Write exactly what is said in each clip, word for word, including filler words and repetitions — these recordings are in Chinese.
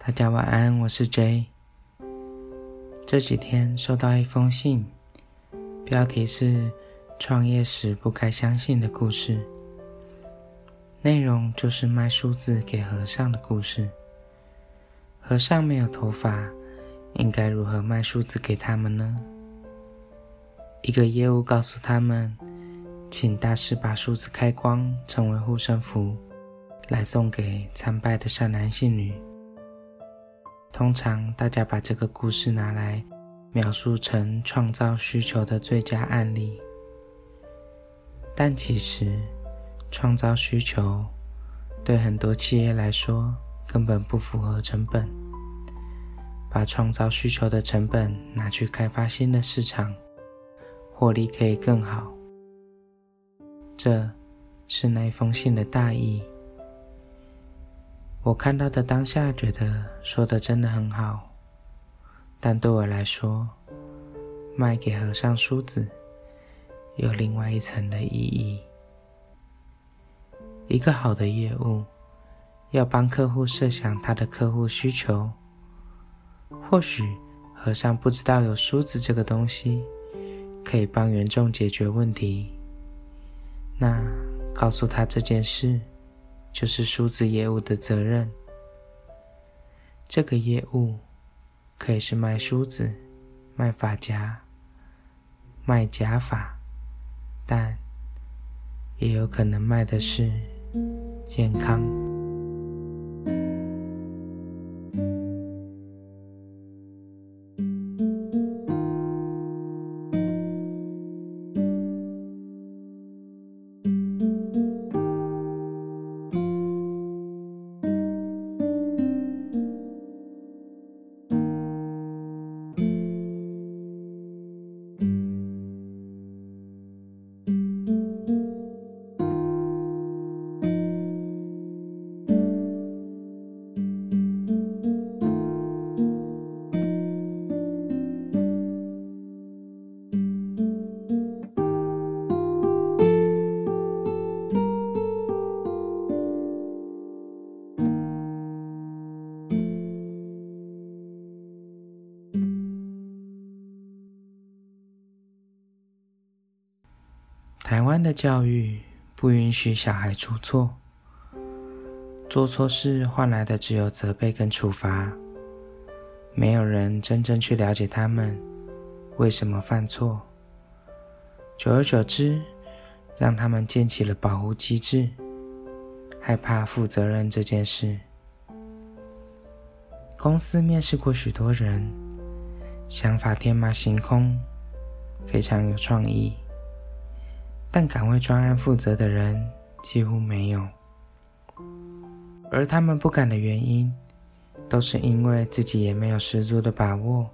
大家晚安，我是 J。 这几天收到一封信，标题是创业时不该相信的故事，内容就是卖梳子给和尚的故事。和尚没有头发，应该如何卖梳子给他们呢？一个业务告诉他们，请大师把梳子开光，成为护身符，来送给参拜的善男信女。通常大家把这个故事拿来描述成创造需求的最佳案例，但其实创造需求对很多企业来说根本不符合成本。把创造需求的成本拿去开发新的市场，获利可以更好。这是那封信的大意。我看到的当下觉得说的真的很好，但对我来说，卖给和尚梳子有另外一层的意义。一个好的业务要帮客户设想他的客户需求，或许和尚不知道有梳子这个东西可以帮员众解决问题，那告诉他这件事就是梳子业务的责任。这个业务可以是卖梳子、卖发夹、卖假发，但也有可能卖的是健康。台湾的教育不允许小孩出错，做错事换来的只有责备跟处罚，没有人真正去了解他们为什么犯错。久而久之，让他们建起了保护机制，害怕负责任这件事。公司面试过许多人，想法天马行空，非常有创意，但敢为专案负责的人几乎没有。而他们不敢的原因，都是因为自己也没有十足的把握。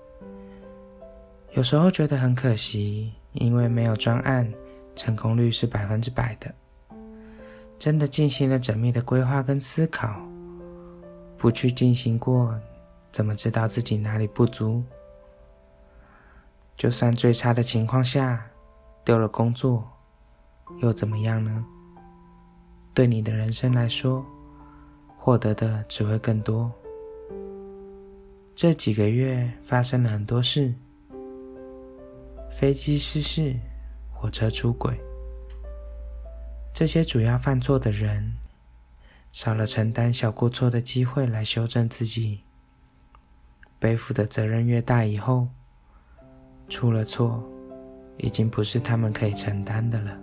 有时候觉得很可惜，因为没有专案，成功率是百分之百的。真的进行了缜密的规划跟思考，不去进行过，怎么知道自己哪里不足？就算最差的情况下丢了工作，又怎么样呢？对你的人生来说，获得的只会更多。这几个月发生了很多事，飞机失事，火车出轨，这些主要犯错的人少了承担小过错的机会来修正自己，背负的责任越大，以后出了错已经不是他们可以承担的了。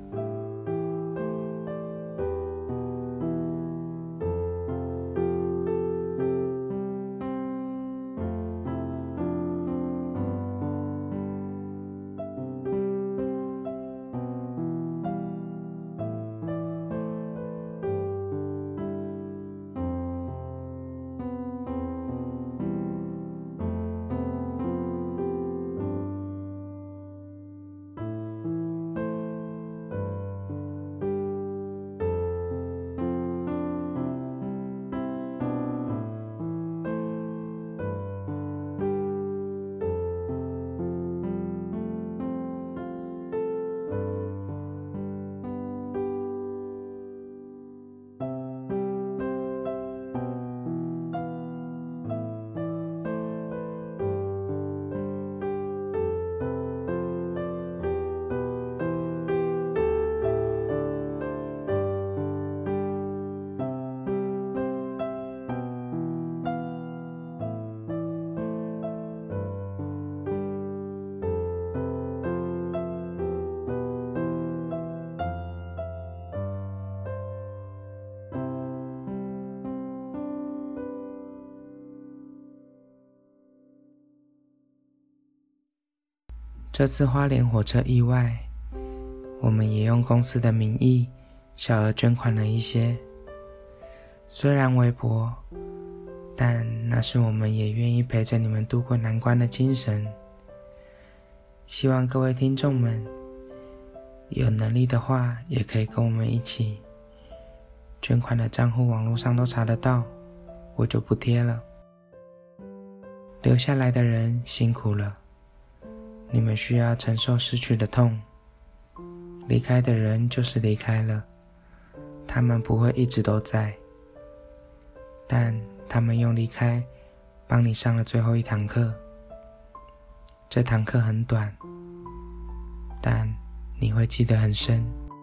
这次花莲火车意外，我们也用公司的名义小额捐款了一些，虽然微薄，但那是我们也愿意陪着你们度过难关的精神。希望各位听众们有能力的话，也可以跟我们一起。捐款的账户网络上都查得到，我就不贴了。留下来的人辛苦了，你们需要承受失去的痛。离开的人就是离开了，他们不会一直都在，但他们用离开帮你上了最后一堂课。这堂课很短，但你会记得很深。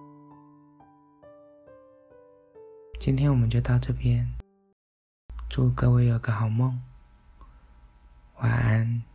今天我们就到这边，祝各位有个好梦，晚安。